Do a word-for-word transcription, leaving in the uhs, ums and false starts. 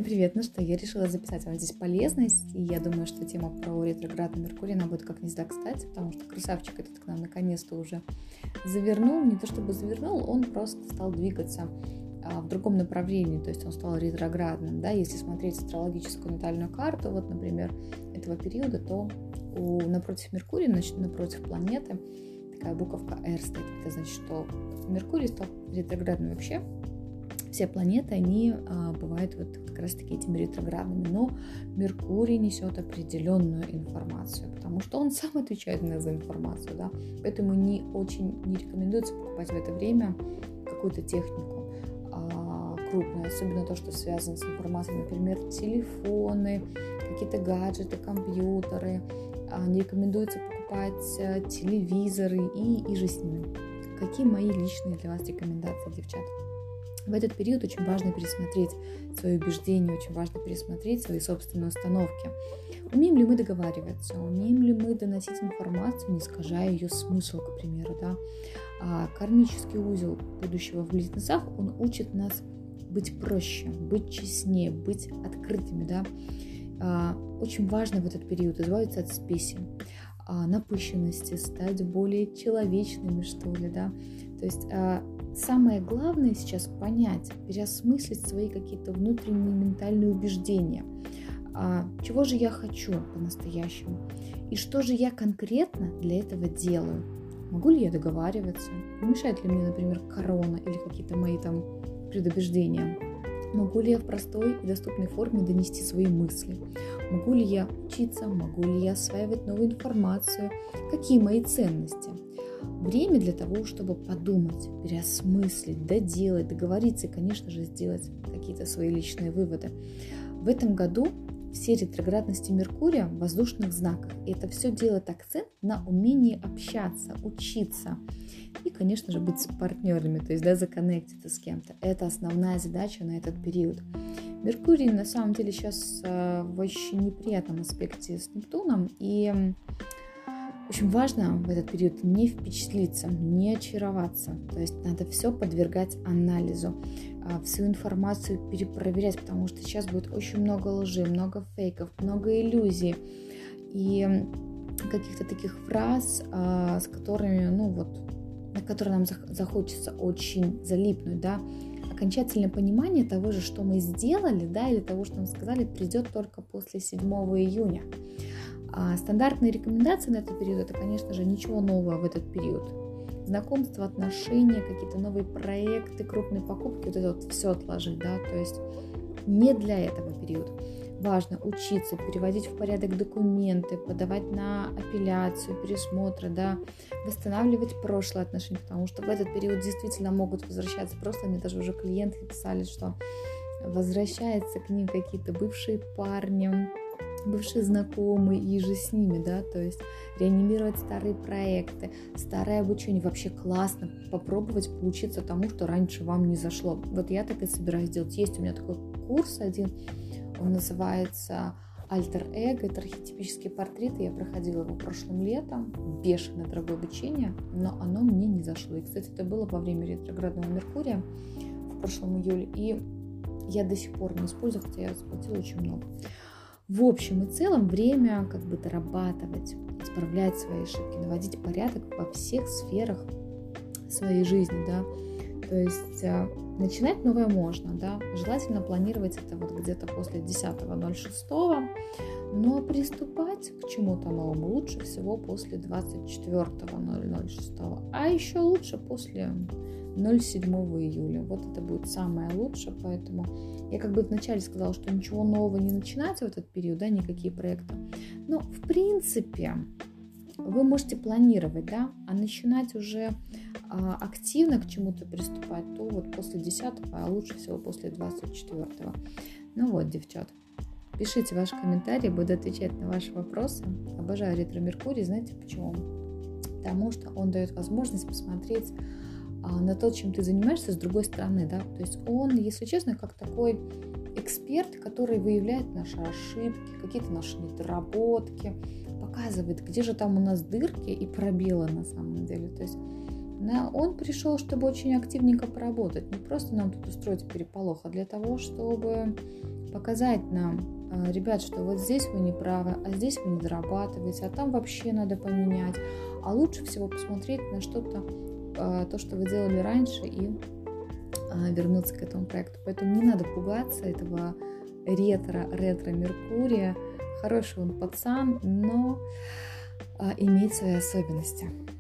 Привет, ну что, я решила записать вам здесь полезность, и я думаю, что тема про ретроградный Меркурий, она будет как нельзя кстати, потому что красавчик этот к нам наконец-то уже завернул, не то чтобы завернул, он просто стал двигаться а, в другом направлении, то есть он стал ретроградным, да, если смотреть астрологическую натальную карту, вот, например, этого периода, то у, напротив Меркурия, значит, напротив планеты, такая буковка R стоит, это значит, что Меркурий стал ретроградным вообще. Все планеты, они а, бывают вот как раз-таки этими ретроградными, но Меркурий несет определенную информацию, потому что он сам отвечает за информацию, да, поэтому не очень не рекомендуется покупать в это время какую-то технику а, крупную, особенно то, что связано с информацией, например, телефоны, какие-то гаджеты, компьютеры, а, не рекомендуется покупать телевизоры и, и же с ними. Какие мои личные для вас рекомендации, девчата? В этот период очень важно пересмотреть свои убеждения, очень важно пересмотреть свои собственные установки. Умеем ли мы договариваться, умеем ли мы доносить информацию, не искажая ее смысл, к примеру, да? А кармический узел будущего в близнецах, он учит нас быть проще, быть честнее, быть открытыми, да? А, очень важно в этот период избавиться от спеси, напыщенности, стать более человечными, что ли, да? То есть самое главное сейчас понять, переосмыслить свои какие-то внутренние ментальные убеждения. А, чего же я хочу по-настоящему? И что же я конкретно для этого делаю? Могу ли я договариваться? Мешает ли мне, например, корона или какие-то мои там предубеждения? Могу ли я в простой и доступной форме донести свои мысли? Могу ли я учиться? Могу ли я осваивать новую информацию? Какие мои ценности? Время для того, чтобы подумать, переосмыслить, доделать, договориться и, конечно же, сделать какие-то свои личные выводы. В этом году все ретроградности Меркурия в воздушных знаках. И это все делает акцент на умении общаться, учиться и, конечно же, быть с партнерами, то есть да, законнектиться с кем-то. Это основная задача на этот период. Меркурий на самом деле сейчас в очень неприятном аспекте с Нептуном, и очень важно в этот период не впечатлиться, не очароваться. То есть надо все подвергать анализу, всю информацию перепроверять, потому что сейчас будет очень много лжи, много фейков, много иллюзий и каких-то таких фраз, с которыми, ну вот, на которые нам захочется очень залипнуть, да. Окончательное понимание того же, что мы сделали, да, или того, что нам сказали, придет только после седьмого июня. А стандартные рекомендации на этот период — это, конечно же, ничего нового в этот период. Знакомства, отношения, какие-то новые проекты, крупные покупки, вот это вот все отложить, да, то есть не для этого периода. Важно учиться, переводить в порядок документы, подавать на апелляцию, пересмотры, да, восстанавливать прошлые отношения, потому что в этот период действительно могут возвращаться прошлые. Мне даже уже клиенты писали, что возвращаются к ним какие-то бывшие парни, бывшие знакомые и же с ними, да, то есть реанимировать старые проекты, старое обучение. Вообще классно попробовать поучиться тому, что раньше вам не зашло. Вот я так и собираюсь делать. Есть у меня такой курс один, он называется Альтер Эго, это архетипические портреты. Я проходила его прошлым летом, бешено дорогое обучение, но оно мне не зашло. И, кстати, это было во время ретроградного Меркурия в прошлом июле, и я до сих пор не использую, хотя я заплатила очень много. В общем и целом время как бы дорабатывать, исправлять свои ошибки, наводить порядок во всех сферах своей жизни, да. То есть начинать новое можно, да. Желательно планировать это вот где-то после десятого ноль шестого, но приступать к чему-то новому лучше всего после двадцать четвёртого ноль шестого, а еще лучше после ноль седьмого июля. Вот это будет самое лучшее, поэтому я как бы вначале сказала, что ничего нового не начинается в этот период, да, никакие проекты. Но в принципе вы можете планировать, да, а начинать уже а, активно к чему-то приступать, то вот после десятого, а лучше всего после двадцать четвёртого. Ну вот, девчат, пишите ваши комментарии, буду отвечать на ваши вопросы. Обожаю ретро-меркурий, знаете почему? Потому что он дает возможность посмотреть на то, чем ты занимаешься, с другой стороны, да, то есть он, если честно, как такой эксперт, который выявляет наши ошибки, какие-то наши недоработки, показывает, где же там у нас дырки и пробелы на самом деле, то есть он пришел, чтобы очень активненько поработать, не просто нам тут устроить переполох, а для того, чтобы показать нам, ребят, что вот здесь вы не правы, а здесь вы не дорабатываете, а там вообще надо поменять. А лучше всего посмотреть на что-то, то, что вы делали раньше, и вернуться к этому проекту. Поэтому не надо пугаться этого ретро, ретро-Меркурия. Хороший он пацан, но имеет свои особенности.